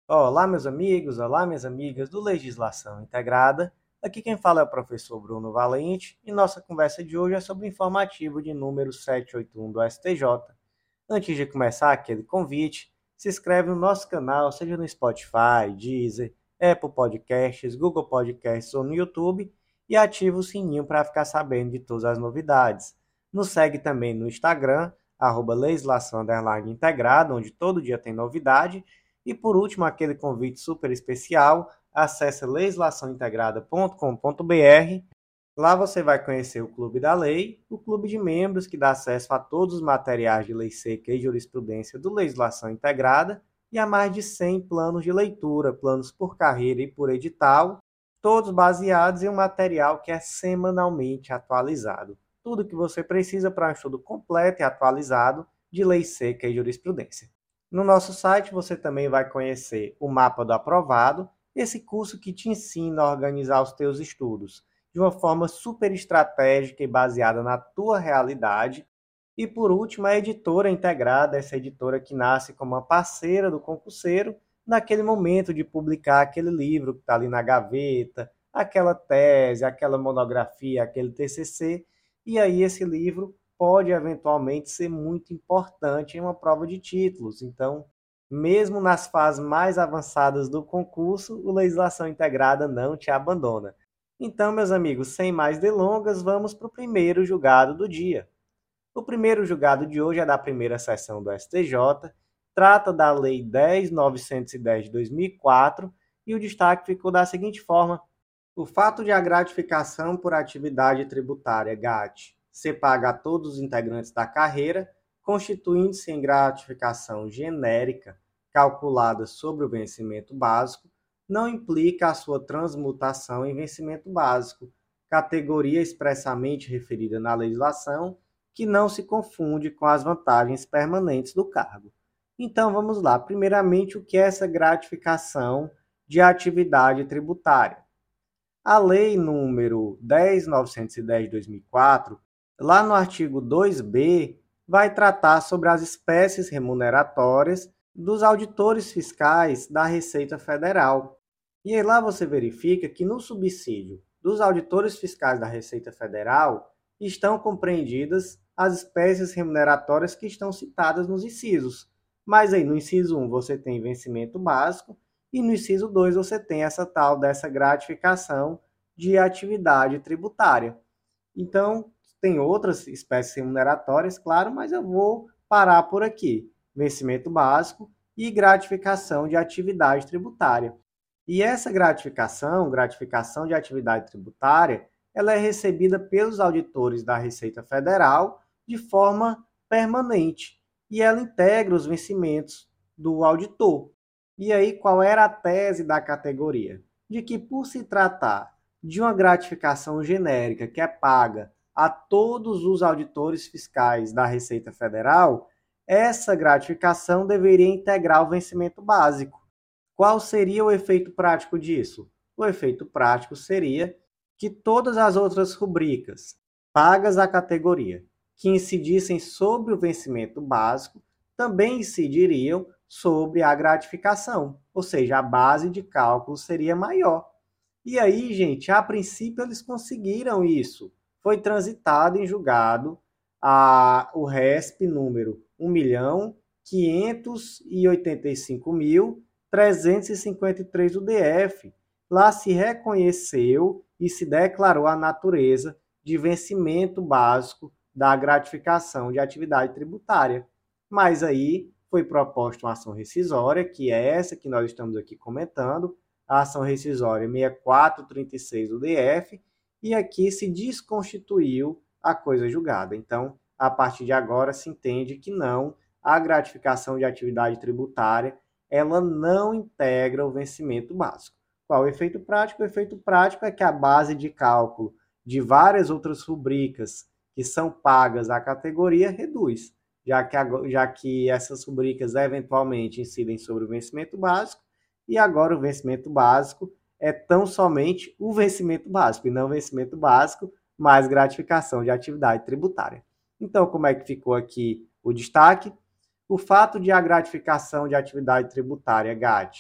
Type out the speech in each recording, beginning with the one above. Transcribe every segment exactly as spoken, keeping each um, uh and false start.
Olá, meus amigos, olá, minhas amigas do Legislação Integrada. Aqui quem fala é o professor Bruno Valente e nossa conversa de hoje é sobre o informativo de número setecentos e oitenta e um do S T J. Antes de começar aquele convite, se inscreve no nosso canal, seja no Spotify, Deezer, Apple Podcasts, Google Podcasts ou no YouTube e ativa o sininho para ficar sabendo de todas as novidades. Nos segue também no Instagram, arroba legislação underline integrada, onde todo dia tem novidade. E por último, aquele convite super especial, acesse legislação integrada ponto com ponto br. Lá você vai conhecer o Clube da Lei, o clube de membros que dá acesso a todos os materiais de lei seca e jurisprudência do Legislação Integrada e a mais de cem planos de leitura, planos por carreira e por edital, todos baseados em um material que é semanalmente atualizado. Tudo que você precisa para um estudo completo e atualizado de lei seca e jurisprudência. No nosso site você também vai conhecer o Mapa do Aprovado, esse curso que te ensina a organizar os teus estudos de uma forma super estratégica e baseada na tua realidade. E por último, a editora integrada, essa editora que nasce como uma parceira do concurseiro, naquele momento de publicar aquele livro que está ali na gaveta, aquela tese, aquela monografia, aquele T C C, e aí esse livro pode eventualmente ser muito importante em uma prova de títulos. Então, mesmo nas fases mais avançadas do concurso, o Legislação Integrada não te abandona. Então, meus amigos, sem mais delongas, vamos para o primeiro julgado do dia. O primeiro julgado de hoje é da primeira sessão do S T J, trata da Lei dez mil novecentos e dez de dois mil e quatro e o destaque ficou da seguinte forma: o fato de a gratificação por atividade tributária G A T ser paga a todos os integrantes da carreira, constituindo-se em gratificação genérica calculada sobre o vencimento básico, não implica a sua transmutação em vencimento básico, categoria expressamente referida na legislação, que não se confunde com as vantagens permanentes do cargo. Então vamos lá. Primeiramente, o que é essa gratificação de atividade tributária? A lei número dez mil novecentos e dez de dois mil e quatro, lá no artigo dois B, vai tratar sobre as espécies remuneratórias dos auditores fiscais da Receita Federal. E aí lá você verifica que no subsídio dos auditores fiscais da Receita Federal estão compreendidas as espécies remuneratórias que estão citadas nos incisos. Mas aí no inciso um você tem vencimento básico e no inciso dois você tem essa tal dessa gratificação de atividade tributária. Então, tem outras espécies remuneratórias, claro, mas eu vou parar por aqui. Vencimento básico e gratificação de atividade tributária. E essa gratificação, gratificação de atividade tributária, ela é recebida pelos auditores da Receita Federal de forma permanente e ela integra os vencimentos do auditor. E aí, qual era a tese da categoria? De que, por se tratar de uma gratificação genérica que é paga a todos os auditores fiscais da Receita Federal, essa gratificação deveria integrar o vencimento básico. Qual seria o efeito prático disso? O efeito prático seria que todas as outras rubricas pagas à categoria que incidissem sobre o vencimento básico também incidiriam sobre a gratificação, ou seja, a base de cálculo seria maior. E aí, gente, a princípio eles conseguiram isso. Foi transitado em julgado a, o R E S P número um milhão quinhentos e oitenta e cinco mil trezentos e cinquenta e três do D F. Lá se reconheceu e se declarou a natureza de vencimento básico da gratificação de atividade tributária. Mas aí foi proposta uma ação rescisória, que é essa que nós estamos aqui comentando, a ação rescisória sessenta e quatro trinta e seis do D F, e aqui se desconstituiu a coisa julgada. Então, a partir de agora, se entende que não, a gratificação de atividade tributária, ela não integra o vencimento básico. Qual o efeito prático? O efeito prático é que a base de cálculo de várias outras rubricas que são pagas à categoria reduz, já que, já que essas rubricas eventualmente incidem sobre o vencimento básico, e agora o vencimento básico é tão somente o vencimento básico, e não o vencimento básico mais gratificação de atividade tributária. Então, como é que ficou aqui o destaque? O fato de a gratificação de atividade tributária, G A T,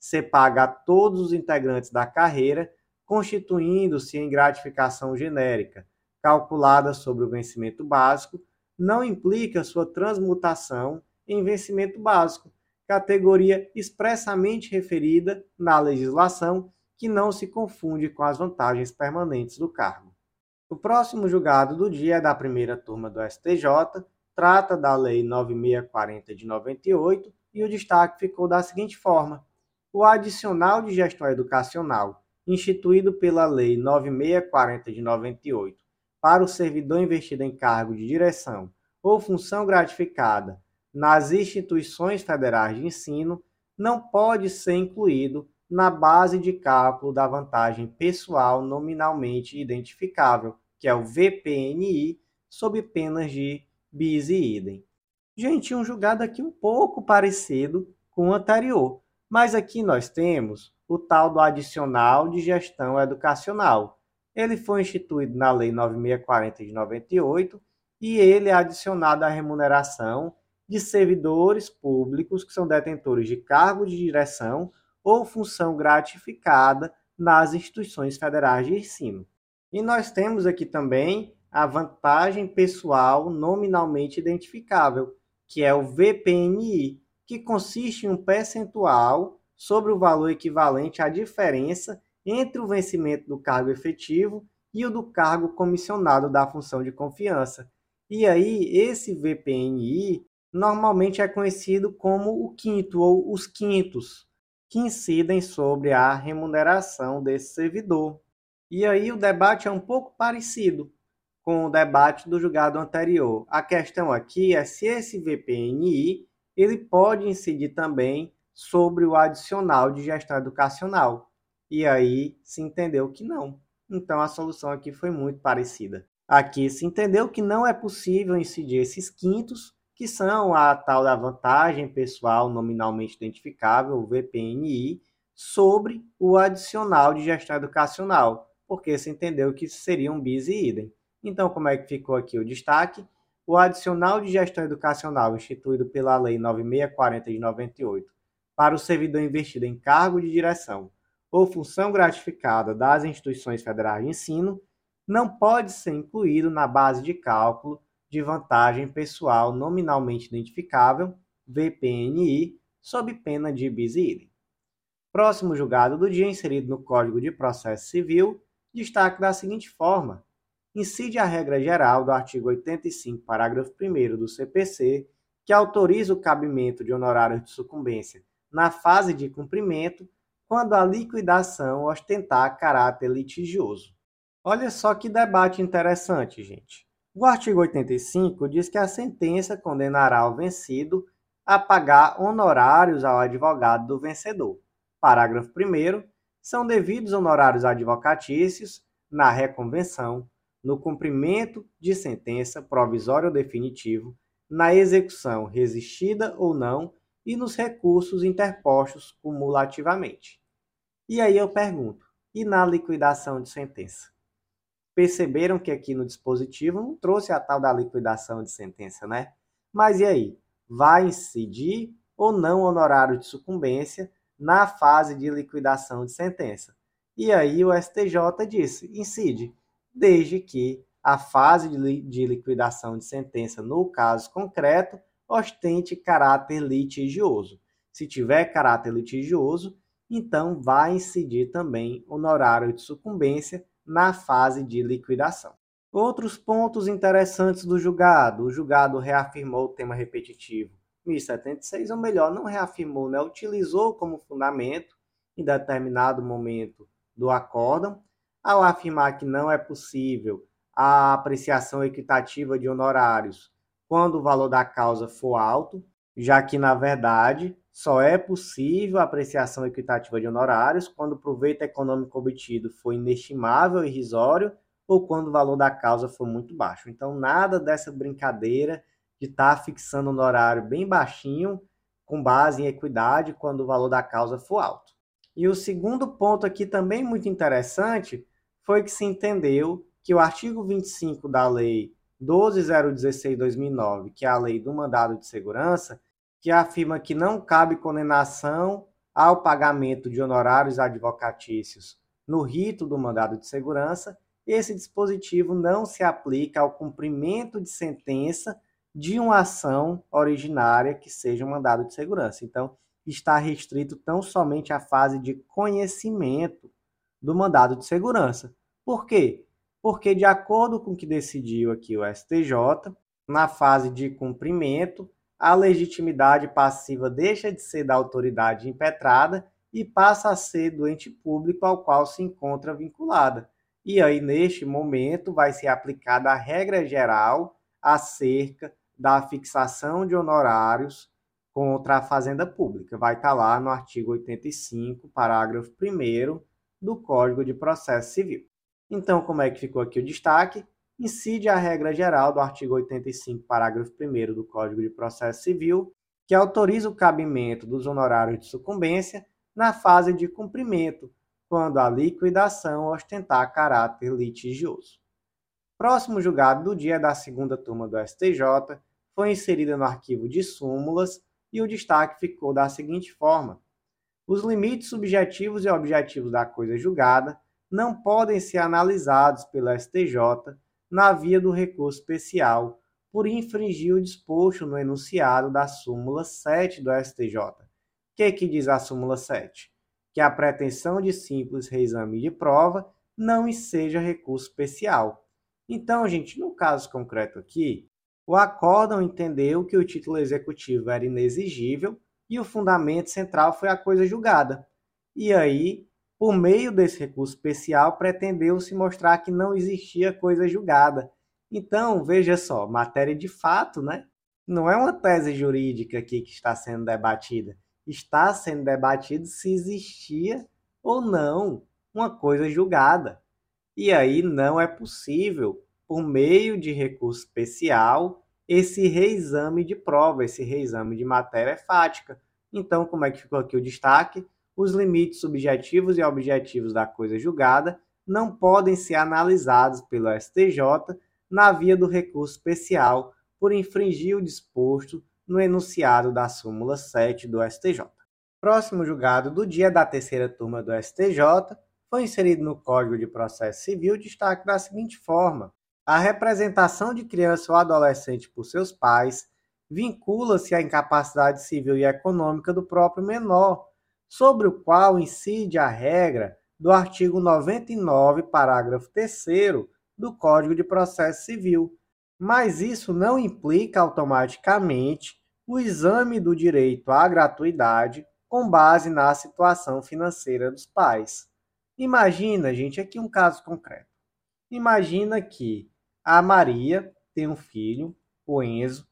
ser paga a todos os integrantes da carreira, constituindo-se em gratificação genérica, calculada sobre o vencimento básico, não implica sua transmutação em vencimento básico, categoria expressamente referida na legislação que não se confunde com as vantagens permanentes do cargo. O próximo julgado do dia é da primeira turma do S T J, trata da Lei nove mil seiscentos e quarenta de noventa e oito e o destaque ficou da seguinte forma: o adicional de gestão educacional, instituído pela Lei nove mil seiscentos e quarenta de noventa e oito, para o servidor investido em cargo de direção ou função gratificada nas instituições federais de ensino, não pode ser incluído na base de cálculo da vantagem pessoal nominalmente identificável, que é o V P N I, sob penas de bis e idem. Gente, um julgado aqui um pouco parecido com o anterior, mas aqui nós temos o tal do adicional de gestão educacional. Ele foi instituído na Lei nove mil seiscentos e quarenta de noventa e oito e ele é adicionado à remuneração de servidores públicos que são detentores de cargo de direção ou função gratificada nas instituições federais de ensino. E nós temos aqui também a vantagem pessoal nominalmente identificável, que é o V P N I, que consiste em um percentual sobre o valor equivalente à diferença entre o vencimento do cargo efetivo e o do cargo comissionado da função de confiança. E aí, esse V P N I normalmente é conhecido como o quinto ou os quintos, que incidem sobre a remuneração desse servidor. E aí o debate é um pouco parecido com o debate do julgado anterior. A questão aqui é se esse V P N I ele pode incidir também sobre o adicional de gestão educacional. E aí se entendeu que não. Então a solução aqui foi muito parecida. Aqui se entendeu que não é possível incidir esses quintos, que são a tal da vantagem pessoal nominalmente identificável, o V P N I, sobre o adicional de gestão educacional, porque se entendeu que seria um bis e idem. Então, como é que ficou aqui o destaque? O adicional de gestão educacional instituído pela Lei nove mil seiscentos e quarenta de noventa e oito para o servidor investido em cargo de direção ou função gratificada das instituições federais de ensino não pode ser incluído na base de cálculo de vantagem pessoal nominalmente identificável, V P N I, sob pena de bis e idem. Próximo julgado do dia, inserido no Código de Processo Civil, destaque da seguinte forma: incide a regra geral do artigo oitenta e cinco, parágrafo primeiro do C P C, que autoriza o cabimento de honorários de sucumbência na fase de cumprimento, quando a liquidação ostentar caráter litigioso. Olha só que debate interessante, gente. O artigo oitenta e cinco diz que a sentença condenará o vencido a pagar honorários ao advogado do vencedor. Parágrafo primeiro. São devidos honorários advocatícios na reconvenção, no cumprimento de sentença provisória ou definitivo, na execução resistida ou não e nos recursos interpostos cumulativamente. E aí eu pergunto, e na liquidação de sentença? Perceberam que aqui no dispositivo não trouxe a tal da liquidação de sentença, né? Mas e aí? Vai incidir ou não honorário de sucumbência na fase de liquidação de sentença? E aí o S T J disse, incide, desde que a fase de liquidação de sentença, no caso concreto, ostente caráter litigioso. Se tiver caráter litigioso, então vai incidir também honorário de sucumbência na fase de liquidação. Outros pontos interessantes do julgado. O julgado reafirmou o tema repetitivo mil e setenta e seis, ou melhor, não reafirmou, né? Utilizou como fundamento em determinado momento do acórdão, ao afirmar que não é possível a apreciação equitativa de honorários quando o valor da causa for alto, já que, na verdade, só é possível a apreciação equitativa de honorários quando o proveito econômico obtido for inestimável e irrisório ou quando o valor da causa for muito baixo. Então, nada dessa brincadeira de estar tá fixando um honorário bem baixinho com base em equidade quando o valor da causa for alto. E o segundo ponto aqui também muito interessante foi que se entendeu que o artigo vinte e cinco da Lei doze mil e dezesseis de dois mil e nove, que é a Lei do Mandado de Segurança, que afirma que não cabe condenação ao pagamento de honorários advocatícios no rito do mandado de segurança, esse dispositivo não se aplica ao cumprimento de sentença de uma ação originária que seja um mandado de segurança. Então, está restrito tão somente à fase de conhecimento do mandado de segurança. Por quê? Porque, de acordo com o que decidiu aqui o S T J, na fase de cumprimento, a legitimidade passiva deixa de ser da autoridade impetrada e passa a ser do ente público ao qual se encontra vinculada. E aí, neste momento, vai ser aplicada a regra geral acerca da fixação de honorários contra a Fazenda Pública. Vai estar lá no artigo oitenta e cinco, parágrafo primeiro do Código de Processo Civil. Então, como é que ficou aqui o destaque? Incide a regra geral do artigo oitenta e cinco, parágrafo primeiro do Código de Processo Civil, que autoriza o cabimento dos honorários de sucumbência na fase de cumprimento, quando a liquidação ostentar caráter litigioso. Próximo julgado do dia da segunda turma do S T J foi inserida no arquivo de súmulas e o destaque ficou da seguinte forma: os limites subjetivos e objetivos da coisa julgada não podem ser analisados pelo S T J na via do recurso especial por infringir o disposto no enunciado da súmula sete do S T J. O que, que diz a súmula sete? Que a pretensão de simples reexame de prova não enseja recurso especial. Então, gente, no caso concreto aqui, o acórdão entendeu que o título executivo era inexigível e o fundamento central foi a coisa julgada. E aí, por meio desse recurso especial, pretendeu-se mostrar que não existia coisa julgada. Então, veja só, matéria de fato, né? Não é uma tese jurídica aqui que está sendo debatida. Está sendo debatido se existia ou não uma coisa julgada. E aí não é possível, por meio de recurso especial, esse reexame de prova, esse reexame de matéria fática. Então, como é que ficou aqui o destaque? Os limites subjetivos e objetivos da coisa julgada não podem ser analisados pelo S T J na via do recurso especial por infringir o disposto no enunciado da súmula sete do S T J. Próximo julgado do dia da terceira turma do S T J foi inserido no Código de Processo Civil destaque da seguinte forma: a representação de criança ou adolescente por seus pais vincula-se à incapacidade civil e econômica do próprio menor, sobre o qual incide a regra do artigo noventa e nove, parágrafo terceiro do Código de Processo Civil. Mas isso não implica automaticamente o exame do direito à gratuidade com base na situação financeira dos pais. Imagina, gente, aqui um caso concreto. Imagina que a Maria tem um filho, o Enzo,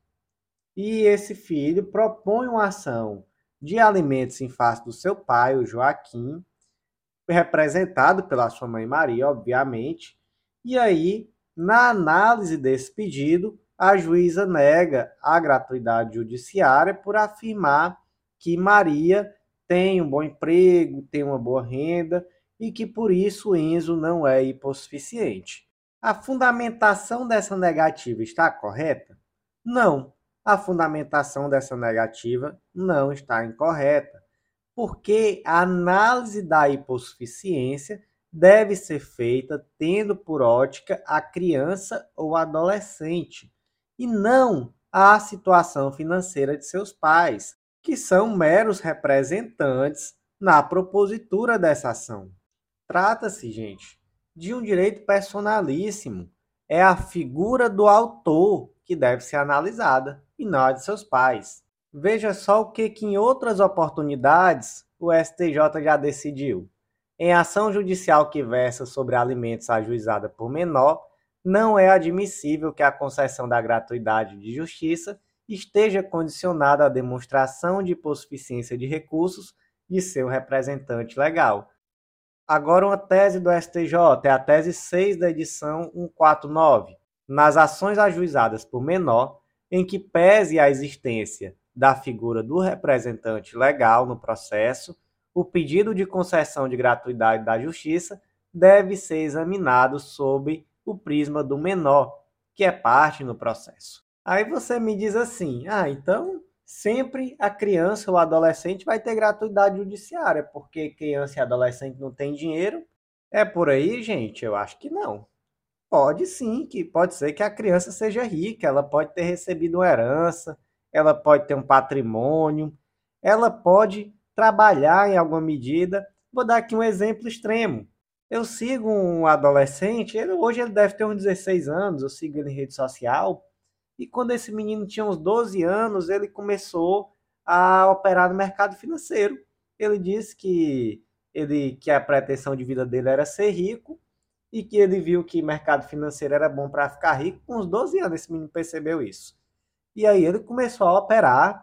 e esse filho propõe uma ação de alimentos em face do seu pai, o Joaquim, representado pela sua mãe Maria, obviamente, e aí, na análise desse pedido, a juíza nega a gratuidade judiciária por afirmar que Maria tem um bom emprego, tem uma boa renda e que por isso Enzo não é hipossuficiente. A fundamentação dessa negativa está correta? Não. A fundamentação dessa negativa não está incorreta, porque a análise da hipossuficiência deve ser feita tendo por ótica a criança ou adolescente, e não a situação financeira de seus pais, que são meros representantes na propositura dessa ação. Trata-se, gente, de um direito personalíssimo. É a figura do autor que deve ser analisada, e não a de seus pais. Veja só o que, que em outras oportunidades o S T J já decidiu. Em ação judicial que versa sobre alimentos ajuizada por menor, não é admissível que a concessão da gratuidade de justiça esteja condicionada à demonstração de hipossuficiência de recursos de seu representante legal. Agora uma tese do S T J, é a tese seis da edição cento e quarenta e nove. Nas ações ajuizadas por menor, em que pese a existência da figura do representante legal no processo, o pedido de concessão de gratuidade da justiça deve ser examinado sob o prisma do menor, que é parte no processo. Aí você me diz assim, ah, então, sempre a criança ou adolescente vai ter gratuidade judiciária, porque criança e adolescente não tem dinheiro. É por aí, gente? Eu acho que não. Pode sim, que pode ser que a criança seja rica, ela pode ter recebido uma herança, ela pode ter um patrimônio, ela pode trabalhar em alguma medida. Vou dar aqui um exemplo extremo. Eu sigo um adolescente, ele, hoje ele deve ter uns dezesseis anos, eu sigo ele em rede social, e quando esse menino tinha uns doze anos, ele começou a operar no mercado financeiro. Ele disse que, ele, que a pretensão de vida dele era ser rico, e que ele viu que mercado financeiro era bom para ficar rico. Com uns doze anos esse menino percebeu isso. E aí ele começou a operar,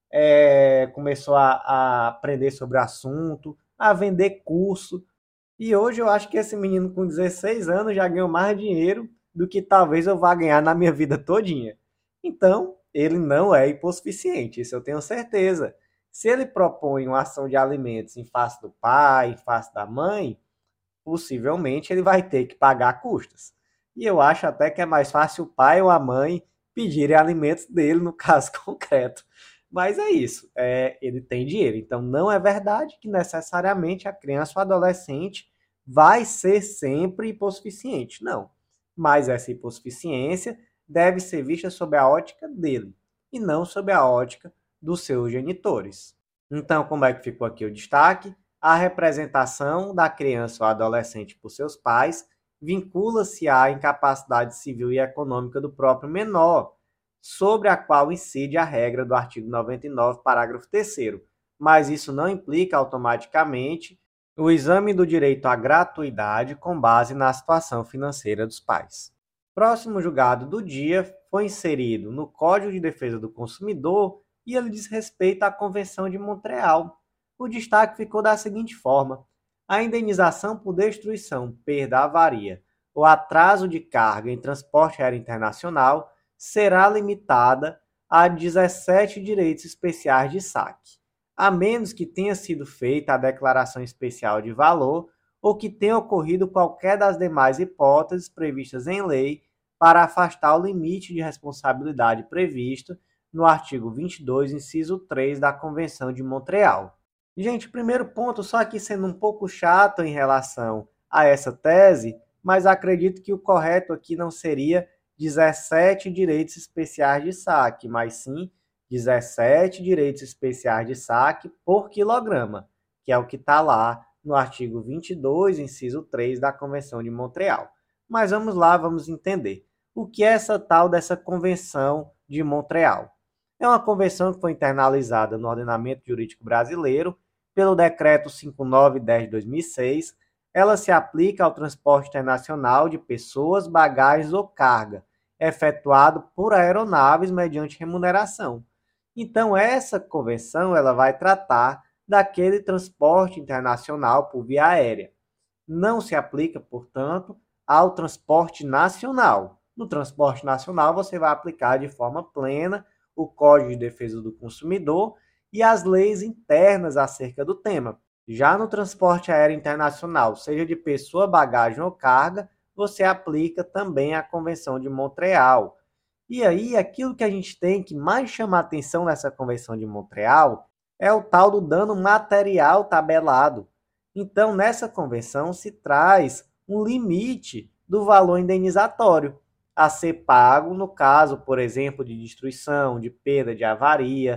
é, começou a, a aprender sobre o assunto, a vender curso. E hoje eu acho que esse menino com dezesseis anos já ganhou mais dinheiro do que talvez eu vá ganhar na minha vida todinha. Então, ele não é hipossuficiente, isso eu tenho certeza. Se ele propõe uma ação de alimentos em face do pai, em face da mãe, possivelmente ele vai ter que pagar custas. E eu acho até que é mais fácil o pai ou a mãe pedirem alimentos dele, no caso concreto. Mas é isso, é, ele tem dinheiro. Então não é verdade que necessariamente a criança ou adolescente vai ser sempre hipossuficiente. Não. Mas essa hipossuficiência deve ser vista sob a ótica dele e não sob a ótica dos seus genitores. Então, como é que ficou aqui o destaque? A representação da criança ou adolescente por seus pais vincula-se à incapacidade civil e econômica do próprio menor, sobre a qual incide a regra do artigo noventa e nove, parágrafo terceiro. Mas isso não implica automaticamente o exame do direito à gratuidade com base na situação financeira dos pais. Próximo julgado do dia foi inserido no Código de Defesa do Consumidor e ele diz respeito à Convenção de Montreal. O destaque ficou da seguinte forma: a indenização por destruição, perda, avaria ou atraso de carga em transporte aéreo internacional será limitada a dezessete direitos especiais de saque, a menos que tenha sido feita a declaração especial de valor ou que tenha ocorrido qualquer das demais hipóteses previstas em lei para afastar o limite de responsabilidade previsto no artigo vinte e dois, inciso três da Convenção de Montreal. Gente, primeiro ponto, só aqui sendo um pouco chato em relação a essa tese, mas acredito que o correto aqui não seria dezessete direitos especiais de saque, mas sim dezessete direitos especiais de saque por quilograma, que é o que está lá no artigo vinte e dois, inciso três da Convenção de Montreal. Mas vamos lá, vamos entender. O que é essa tal dessa Convenção de Montreal? É uma convenção que foi internalizada no ordenamento jurídico brasileiro pelo Decreto cinquenta e nove de dez de dois mil e seis. Ela se aplica ao transporte internacional de pessoas, bagagens ou carga, efetuado por aeronaves mediante remuneração. Então, essa convenção ela vai tratar daquele transporte internacional por via aérea. Não se aplica, portanto, ao transporte nacional. No transporte nacional, você vai aplicar de forma plena o Código de Defesa do Consumidor e as leis internas acerca do tema. Já no transporte aéreo internacional, seja de pessoa, bagagem ou carga, você aplica também a Convenção de Montreal. E aí, aquilo que a gente tem que mais chamar atenção nessa Convenção de Montreal é o tal do dano material tabelado. Então, nessa convenção se traz um limite do valor indenizatório a ser pago no caso, por exemplo, de destruição, de perda, de avaria,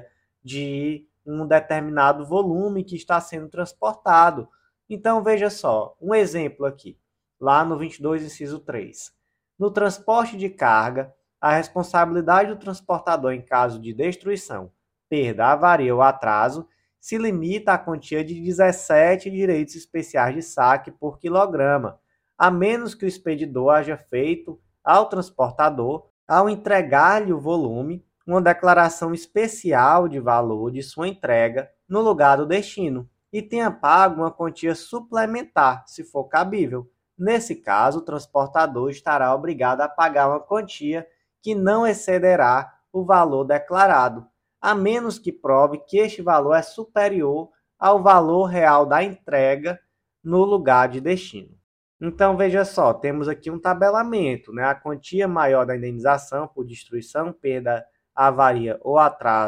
de um determinado volume que está sendo transportado. Então, veja só, um exemplo aqui, lá no vinte e dois, inciso três. No transporte de carga, a responsabilidade do transportador em caso de destruição, perda, avaria ou atraso se limita à quantia de dezessete direitos especiais de saque por quilograma, a menos que o expedidor haja feito ao transportador, ao entregar-lhe o volume, uma declaração especial de valor de sua entrega no lugar do destino e tenha pago uma quantia suplementar, se for cabível. Nesse caso, o transportador estará obrigado a pagar uma quantia que não excederá o valor declarado, a menos que prove que este valor é superior ao valor real da entrega no lugar de destino. Então, veja só, temos aqui um tabelamento, né? A quantia maior da indenização por destruição, perda, avaria ou atraso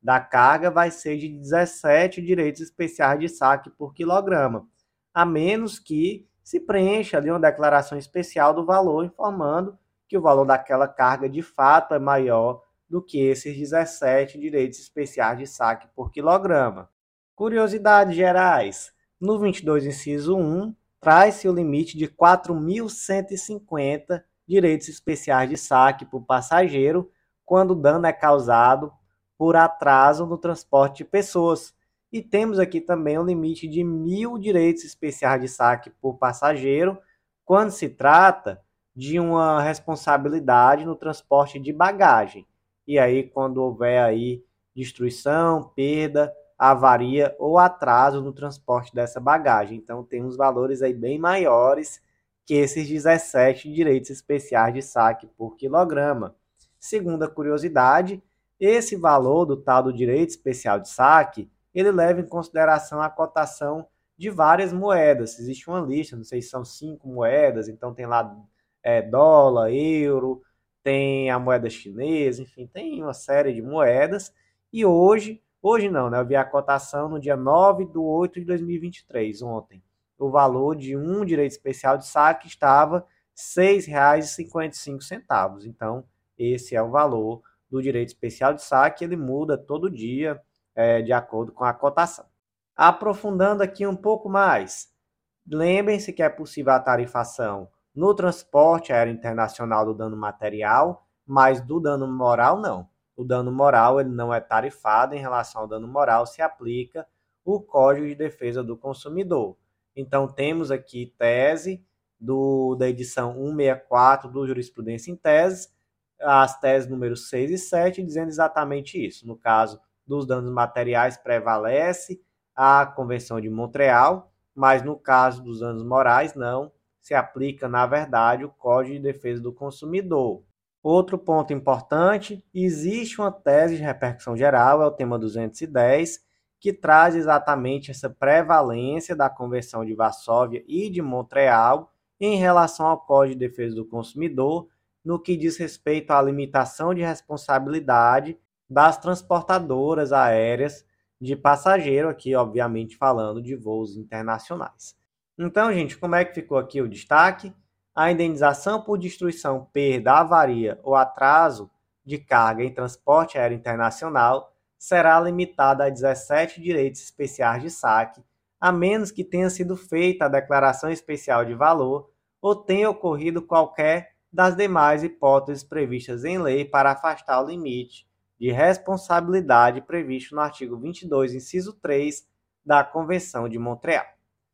da carga vai ser de dezessete direitos especiais de saque por quilograma, a menos que se preencha ali uma declaração especial do valor informando que o valor daquela carga de fato é maior do que esses dezessete direitos especiais de saque por quilograma. Curiosidades gerais. No vinte e dois, inciso um, traz-se o limite de quatro mil cento e cinquenta direitos especiais de saque por passageiro quando o dano é causado por atraso no transporte de pessoas. E temos aqui também o limite de mil direitos especiais de saque por passageiro quando se trata de uma responsabilidade no transporte de bagagem. E aí, quando houver aí destruição, perda, avaria ou atraso no transporte dessa bagagem. Então, tem uns valores aí bem maiores que esses dezessete direitos especiais de saque por quilograma. Segunda curiosidade, esse valor do tal do direito especial de saque, ele leva em consideração a cotação de várias moedas. Existe uma lista, não sei se são cinco moedas, então tem lá é, dólar, euro, tem a moeda chinesa, enfim, tem uma série de moedas. E hoje, hoje não, né? Eu vi a cotação no dia nove de oito de dois mil e vinte e três, ontem. O valor de um direito especial de saque estava seis reais e cinquenta e cinco centavos. Então, esse é o valor do direito especial de saque, ele muda todo dia é, de acordo com a cotação. Aprofundando aqui um pouco mais, lembrem-se que é possível a tarifação no transporte aéreo internacional do dano material, mas do dano moral não. O dano moral ele não é tarifado, em relação ao dano moral se aplica o Código de Defesa do Consumidor. Então temos aqui tese do, da edição cento e sessenta e quatro do Jurisprudência em Teses, as teses números seis e sete, dizendo exatamente isso. No caso dos danos materiais prevalece a Convenção de Montreal, mas no caso dos danos morais não, se aplica, na verdade, o Código de Defesa do Consumidor. Outro ponto importante, existe uma tese de repercussão geral, é o tema duzentos e dez, que traz exatamente essa prevalência da Convenção de Varsóvia e de Montreal em relação ao Código de Defesa do Consumidor, no que diz respeito à limitação de responsabilidade das transportadoras aéreas de passageiro, aqui obviamente falando de voos internacionais. Então, gente, como é que ficou aqui o destaque? A indenização por destruição, perda, avaria ou atraso de carga em transporte aéreo internacional será limitada a dezessete direitos especiais de saque, a menos que tenha sido feita a declaração especial de valor ou tenha ocorrido qualquer das demais hipóteses previstas em lei para afastar o limite de responsabilidade previsto no artigo vinte e dois, inciso três da Convenção de Montreal.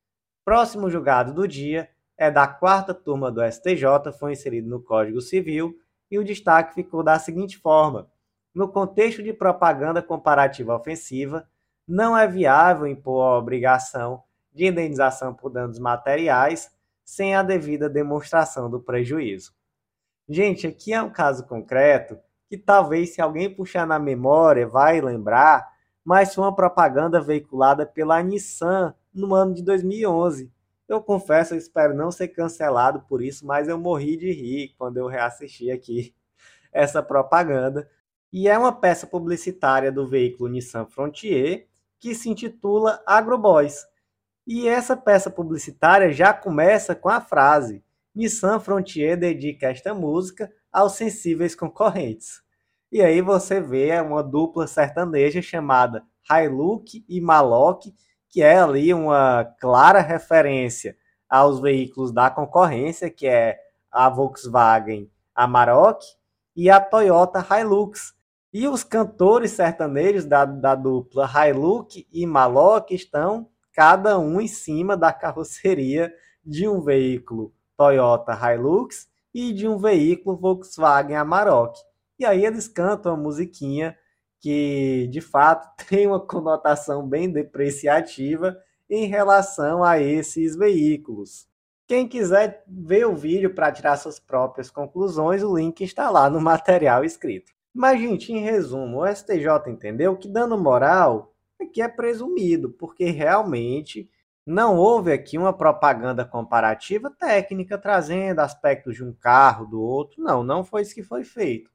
Próximo julgado do dia é da quarta turma do S T J, foi inserido no Código Civil, e o destaque ficou da seguinte forma: no contexto de propaganda comparativa ofensiva, não é viável impor a obrigação de indenização por danos materiais sem a devida demonstração do prejuízo. Gente, aqui é um caso concreto que talvez, se alguém puxar na memória, vai lembrar, mas foi uma propaganda veiculada pela Nissan no ano de dois mil e onze. Eu confesso, eu espero não ser cancelado por isso, mas eu morri de rir quando eu reassisti aqui essa propaganda. E é uma peça publicitária do veículo Nissan Frontier que se intitula Agroboys. E essa peça publicitária já começa com a frase: Nissan Frontier dedica esta música aos sensíveis concorrentes. E aí você vê uma dupla sertaneja chamada Hilux e Maloc, que é ali uma clara referência aos veículos da concorrência, que é a Volkswagen Amarok e a Toyota Hilux. E os cantores sertanejos da, da dupla Hilux e Maloc estão cada um em cima da carroceria de um veículo Toyota Hilux e de um veículo Volkswagen Amarok. E aí eles cantam a musiquinha que, de fato, tem uma conotação bem depreciativa em relação a esses veículos. Quem quiser ver o vídeo para tirar suas próprias conclusões, o link está lá no material escrito. Mas, gente, em resumo, o S T J entendeu que dano moral aqui é presumido, porque realmente não houve aqui uma propaganda comparativa técnica trazendo aspectos de um carro, do outro. Não, não foi isso que foi feito.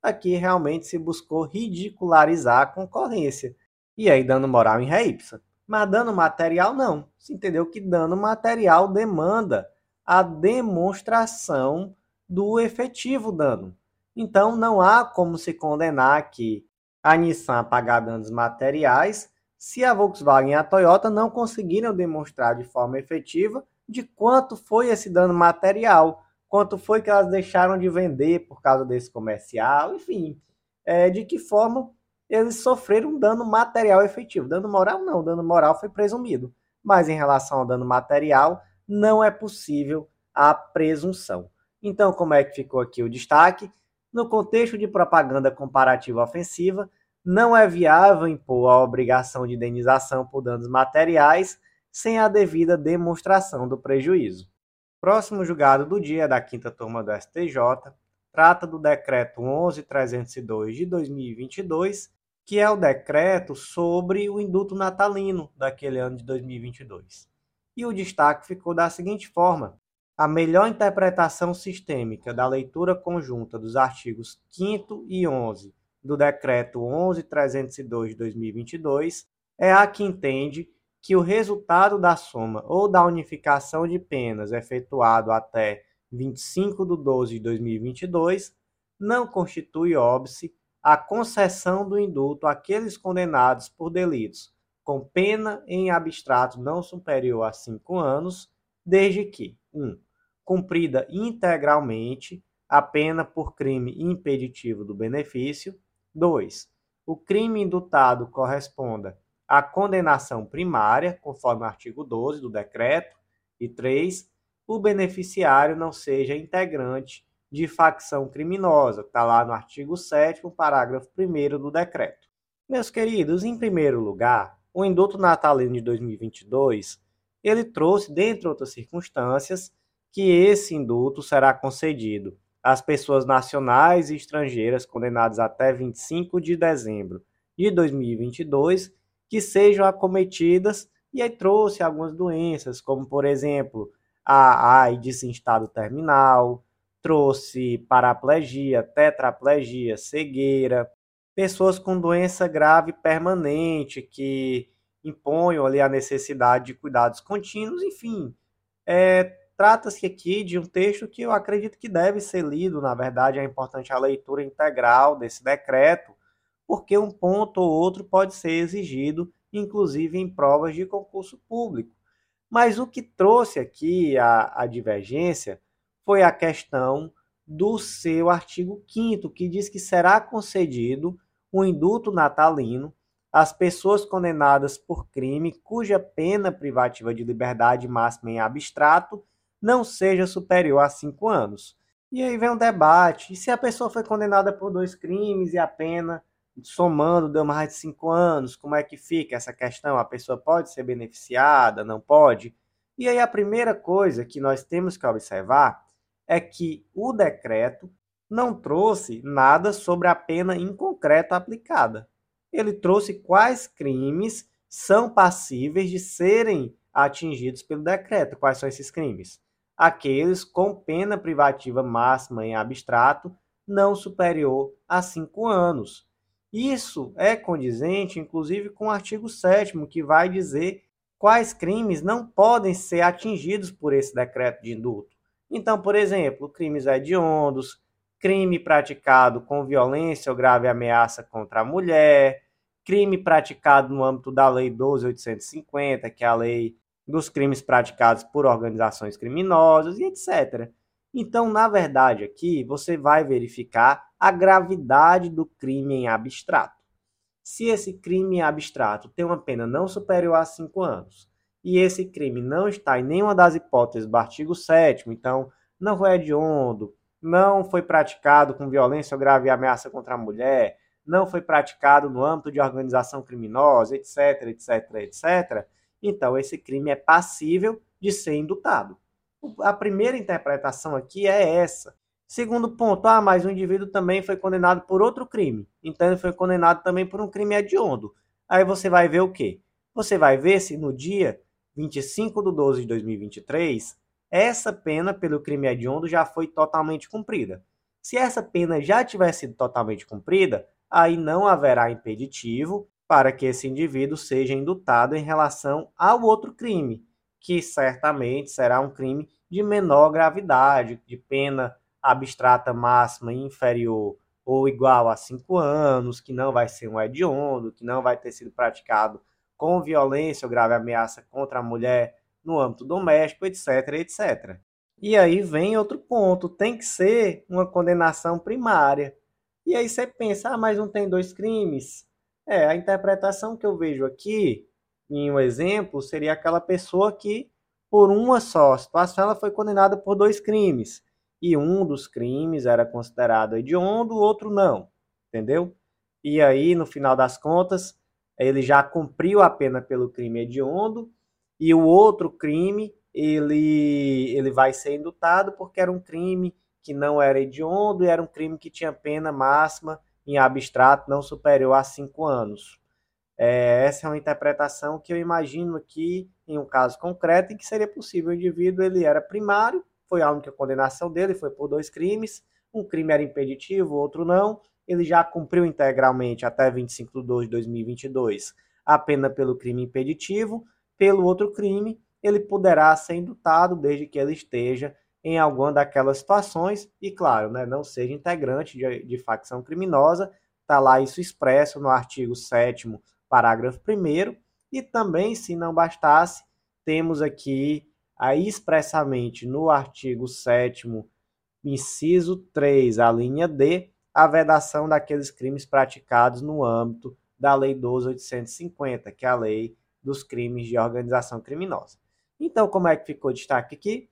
aqui realmente se buscou ridicularizar a concorrência. E aí dano moral em ré ipsa. Mas dano material não. Se entendeu que dano material demanda a demonstração do efetivo dano. Então não há como se condenar aqui a Nissan a pagar danos materiais se a Volkswagen e a Toyota não conseguiram demonstrar de forma efetiva de quanto foi esse dano material, quanto foi que elas deixaram de vender por causa desse comercial, enfim, é, de que forma eles sofreram um dano material efetivo. Dano moral não, dano moral foi presumido, mas em relação ao dano material não é possível a presunção. Então, como é que ficou aqui o destaque? No contexto de propaganda comparativa ofensiva, não é viável impor a obrigação de indenização por danos materiais sem a devida demonstração do prejuízo. Próximo julgado do dia da quinta turma do S T J trata do decreto onze mil trezentos e dois de dois mil e vinte e dois, que é o decreto sobre o indulto natalino daquele ano de dois mil e vinte e dois. E o destaque ficou da seguinte forma: a melhor interpretação sistêmica da leitura conjunta dos artigos quinto e onze do decreto onze mil trezentos e dois de dois mil e vinte e dois é a que entende que o resultado da soma ou da unificação de penas efetuado até vinte e cinco de doze de dois mil e vinte e dois não constitui óbice a concessão do indulto àqueles condenados por delitos com pena em abstrato não superior a cinco anos, desde que um cumprida integralmente a pena por crime impeditivo do benefício, dois o crime indultado corresponda à condenação primária, conforme o artigo doze do decreto, e três o beneficiário não seja integrante de facção criminosa, que está lá no artigo sétimo, parágrafo primeiro do decreto. Meus queridos, em primeiro lugar, o indulto natalino de dois mil e vinte e dois, ele trouxe, dentre outras circunstâncias, que esse indulto será concedido às pessoas nacionais e estrangeiras condenadas até vinte e cinco de dezembro de dois mil e vinte e dois, que sejam acometidas, e aí trouxe algumas doenças, como, por exemplo, a AIDS em estado terminal, trouxe paraplegia, tetraplegia, cegueira, pessoas com doença grave permanente, que imponham ali a necessidade de cuidados contínuos, enfim. É, trata-se aqui de um texto que eu acredito que deve ser lido, na verdade é importante a leitura integral desse decreto, porque um ponto ou outro pode ser exigido, inclusive em provas de concurso público. Mas o que trouxe aqui a, a divergência foi a questão do seu artigo quinto, que diz que será concedido o indulto natalino às pessoas condenadas por crime cuja pena privativa de liberdade máxima em abstrato não seja superior a cinco anos. E aí vem um debate: e se a pessoa foi condenada por dois crimes e a pena somando deu mais de cinco anos, como é que fica essa questão? A pessoa pode ser beneficiada, não pode? E aí a primeira coisa que nós temos que observar é que o decreto não trouxe nada sobre a pena em concreto aplicada. Ele trouxe quais crimes são passíveis de serem atingidos pelo decreto. Quais são esses crimes? Aqueles com pena privativa máxima em abstrato não superior a cinco anos. Isso é condizente, inclusive, com o artigo sétimo, que vai dizer quais crimes não podem ser atingidos por esse decreto de indulto. Então, por exemplo, crimes hediondos, crime praticado com violência ou grave ameaça contra a mulher, crime praticado no âmbito da Lei doze mil oitocentos e cinquenta, que é a lei dos crimes praticados por organizações criminosas, e etcétera. Então, na verdade, aqui você vai verificar a gravidade do crime em abstrato. Se esse crime em abstrato tem uma pena não superior a cinco anos, e esse crime não está em nenhuma das hipóteses do artigo sétimo, então não foi hediondo, não foi praticado com violência ou grave ameaça contra a mulher, não foi praticado no âmbito de organização criminosa, etc, etc, etcétera, então esse crime é passível de ser indultado. A primeira interpretação aqui é essa. Segundo ponto, ah, mas o indivíduo também foi condenado por outro crime. Então ele foi condenado também por um crime hediondo. Aí você vai ver o quê? Você vai ver se no dia vinte e cinco de doze de dois mil e vinte e três, essa pena pelo crime hediondo já foi totalmente cumprida. Se essa pena já tiver sido totalmente cumprida, aí não haverá impeditivo para que esse indivíduo seja indultado em relação ao outro crime, que certamente será um crime de menor gravidade, de pena abstrata máxima inferior ou igual a cinco anos, que não vai ser um hediondo, que não vai ter sido praticado com violência ou grave ameaça contra a mulher no âmbito doméstico, etc, etcétera. E aí vem outro ponto, tem que ser uma condenação primária. E aí você pensa, ah, mas não tem dois crimes? É, a interpretação que eu vejo aqui, em um exemplo, seria aquela pessoa que, por uma só situação, ela foi condenada por dois crimes. E um dos crimes era considerado hediondo, o outro não. Entendeu? E aí, no final das contas, ele já cumpriu a pena pelo crime hediondo, e o outro crime ele, ele vai ser indultado porque era um crime que não era hediondo e era um crime que tinha pena máxima em abstrato não superior a cinco anos. É, essa é uma interpretação que eu imagino aqui em um caso concreto em que seria possível. O indivíduo ele era primário, foi a única condenação dele, foi por dois crimes, um crime era impeditivo, outro não, ele já cumpriu integralmente até vinte e cinco de dois de dois mil e vinte e dois a pena pelo crime impeditivo, pelo outro crime ele poderá ser indultado desde que ele esteja em alguma daquelas situações e, claro, né, não seja integrante de, de facção criminosa. Está lá isso expresso no artigo sétimo, parágrafo primeiro, e também, se não bastasse, temos aqui aí expressamente no artigo sétimo, inciso três, a linha D, a vedação daqueles crimes praticados no âmbito da Lei doze mil oitocentos e cinquenta, que é a lei dos crimes de organização criminosa. Então, como é que ficou o destaque aqui?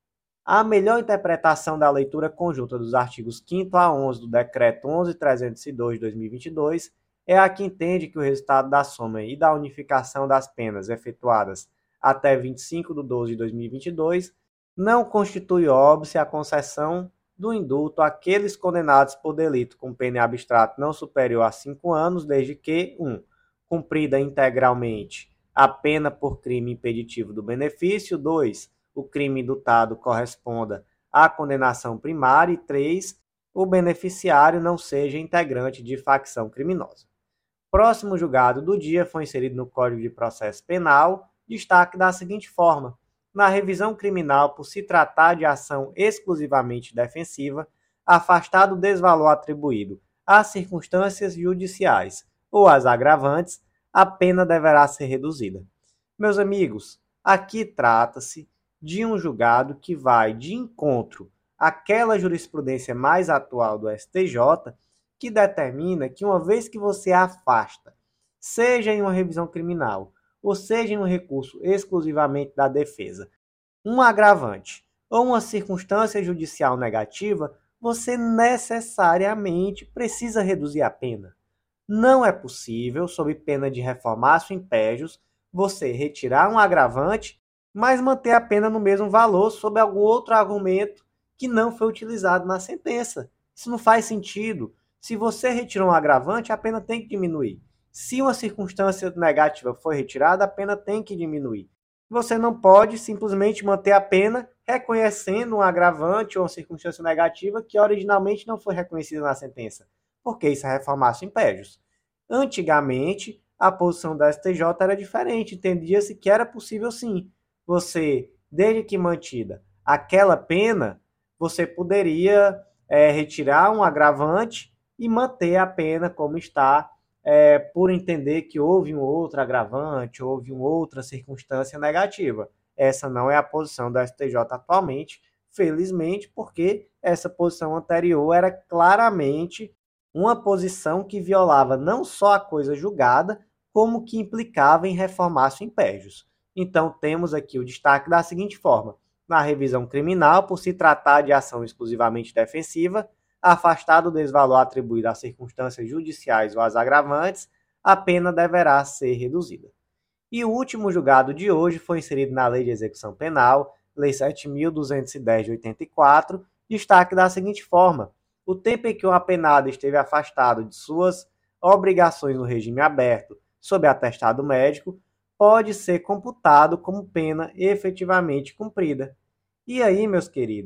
A melhor interpretação da leitura conjunta dos artigos quinto a onze do Decreto onze mil trezentos e dois de dois mil e vinte e dois é a que entende que o resultado da soma e da unificação das penas efetuadas até vinte e cinco de doze de dois mil e vinte e dois não constitui óbice a concessão do indulto àqueles condenados por delito com pena em abstrato não superior a cinco anos, desde que um cumprida integralmente a pena por crime impeditivo do benefício, dois o crime indultado corresponda à condenação primária e três o beneficiário não seja integrante de facção criminosa. Próximo julgado do dia foi inserido no Código de Processo Penal, destaque da seguinte forma: na revisão criminal, por se tratar de ação exclusivamente defensiva, afastado o desvalor atribuído às circunstâncias judiciais ou às agravantes, a pena deverá ser reduzida. Meus amigos, aqui trata-se de um julgado que vai de encontro àquela jurisprudência mais atual do S T J, que determina que uma vez que você afasta, seja em uma revisão criminal, ou seja em um recurso exclusivamente da defesa, um agravante ou uma circunstância judicial negativa, você necessariamente precisa reduzir a pena. Não é possível, sob pena de reformácio impégios, você retirar um agravante, mas manter a pena no mesmo valor sob algum outro argumento que não foi utilizado na sentença. Isso não faz sentido. Se você retirou um agravante, a pena tem que diminuir. Se uma circunstância negativa foi retirada, a pena tem que diminuir. Você não pode simplesmente manter a pena reconhecendo um agravante ou uma circunstância negativa que originalmente não foi reconhecida na sentença, porque isso é reformácio impégios. Antigamente, a posição da S T J era diferente, entendia-se que era possível sim. Você, desde que mantida aquela pena, você poderia é, retirar um agravante e manter a pena como está, é, por entender que houve um outro agravante, houve uma outra circunstância negativa. Essa não é a posição da S T J atualmente, felizmente, porque essa posição anterior era claramente uma posição que violava não só a coisa julgada, como que implicava em reformácio impégios. Então, temos aqui o destaque da seguinte forma: na revisão criminal, por se tratar de ação exclusivamente defensiva, afastado o desvalor atribuído às circunstâncias judiciais ou às agravantes, a pena deverá ser reduzida. E o último julgado de hoje foi inserido na Lei de Execução Penal, Lei sete mil duzentos e dez de oitenta e quatro, destaque da seguinte forma: o tempo em que o apenado esteve afastado de suas obrigações no regime aberto sob atestado médico pode ser computado como pena efetivamente cumprida. E aí, meus queridos,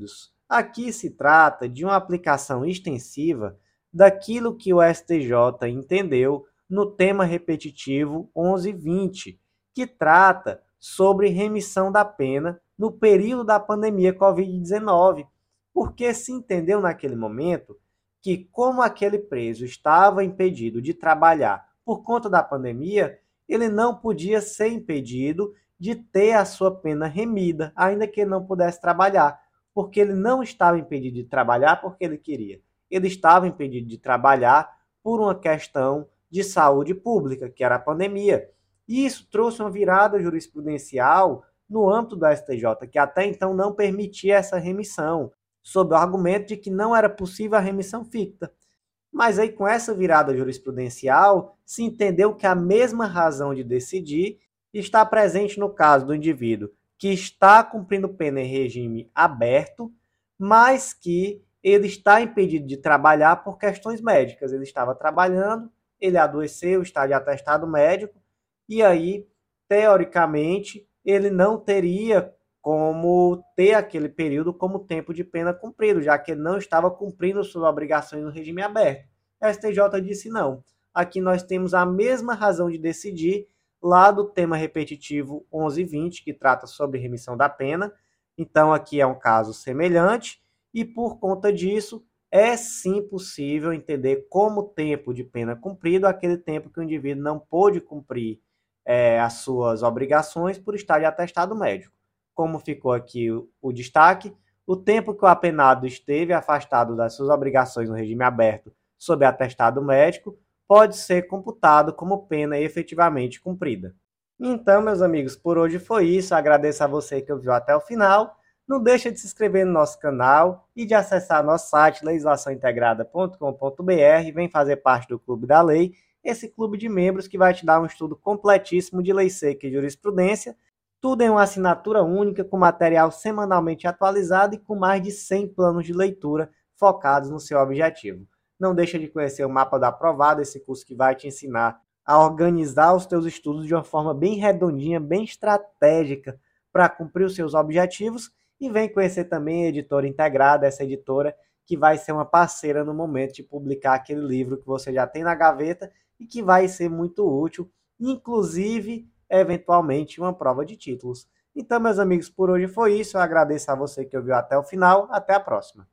Aqui se trata de uma aplicação extensiva daquilo que o S T J entendeu no tema repetitivo onze vinte, que trata sobre remissão da pena no período da pandemia covid dezenove, porque se entendeu naquele momento que, como aquele preso estava impedido de trabalhar por conta da pandemia, ele não podia ser impedido de ter a sua pena remida, ainda que ele não pudesse trabalhar, porque ele não estava impedido de trabalhar porque ele queria. Ele estava impedido de trabalhar por uma questão de saúde pública, que era a pandemia. E isso trouxe uma virada jurisprudencial no âmbito do S T J, que até então não permitia essa remissão, sob o argumento de que não era possível a remissão ficta. Mas aí, com essa virada jurisprudencial, se entendeu que a mesma razão de decidir está presente no caso do indivíduo que está cumprindo pena em regime aberto, mas que ele está impedido de trabalhar por questões médicas. Ele estava trabalhando, ele adoeceu, está de atestado médico, e aí, teoricamente, ele não teria como ter aquele período como tempo de pena cumprido, já que ele não estava cumprindo suas obrigações no regime aberto. A S T J disse não. Aqui nós temos a mesma razão de decidir lá do tema repetitivo onze vinte, que trata sobre remissão da pena. Então aqui é um caso semelhante e por conta disso é sim possível entender como tempo de pena cumprido aquele tempo que o indivíduo não pôde cumprir é, as suas obrigações por estar de atestado médico. Como ficou aqui o, o destaque, o tempo que o apenado esteve afastado das suas obrigações no regime aberto sob atestado médico pode ser computado como pena efetivamente cumprida. Então, meus amigos, por hoje foi isso. Agradeço a você que ouviu até o final. Não deixa de se inscrever no nosso canal e de acessar nosso site legislação integrada ponto com ponto b r. Vem fazer parte do Clube da Lei, esse clube de membros que vai te dar um estudo completíssimo de lei seca e jurisprudência, tudo em uma assinatura única, com material semanalmente atualizado e com mais de cem planos de leitura focados no seu objetivo. Não deixa de conhecer o Mapa do Aprovado, esse curso que vai te ensinar a organizar os teus estudos de uma forma bem redondinha, bem estratégica para cumprir os seus objetivos. E vem conhecer também a Editora Integrada, essa editora que vai ser uma parceira no momento de publicar aquele livro que você já tem na gaveta e que vai ser muito útil, inclusive, eventualmente, uma prova de títulos. Então, meus amigos, por hoje foi isso. Eu agradeço a você que ouviu até o final. Até a próxima.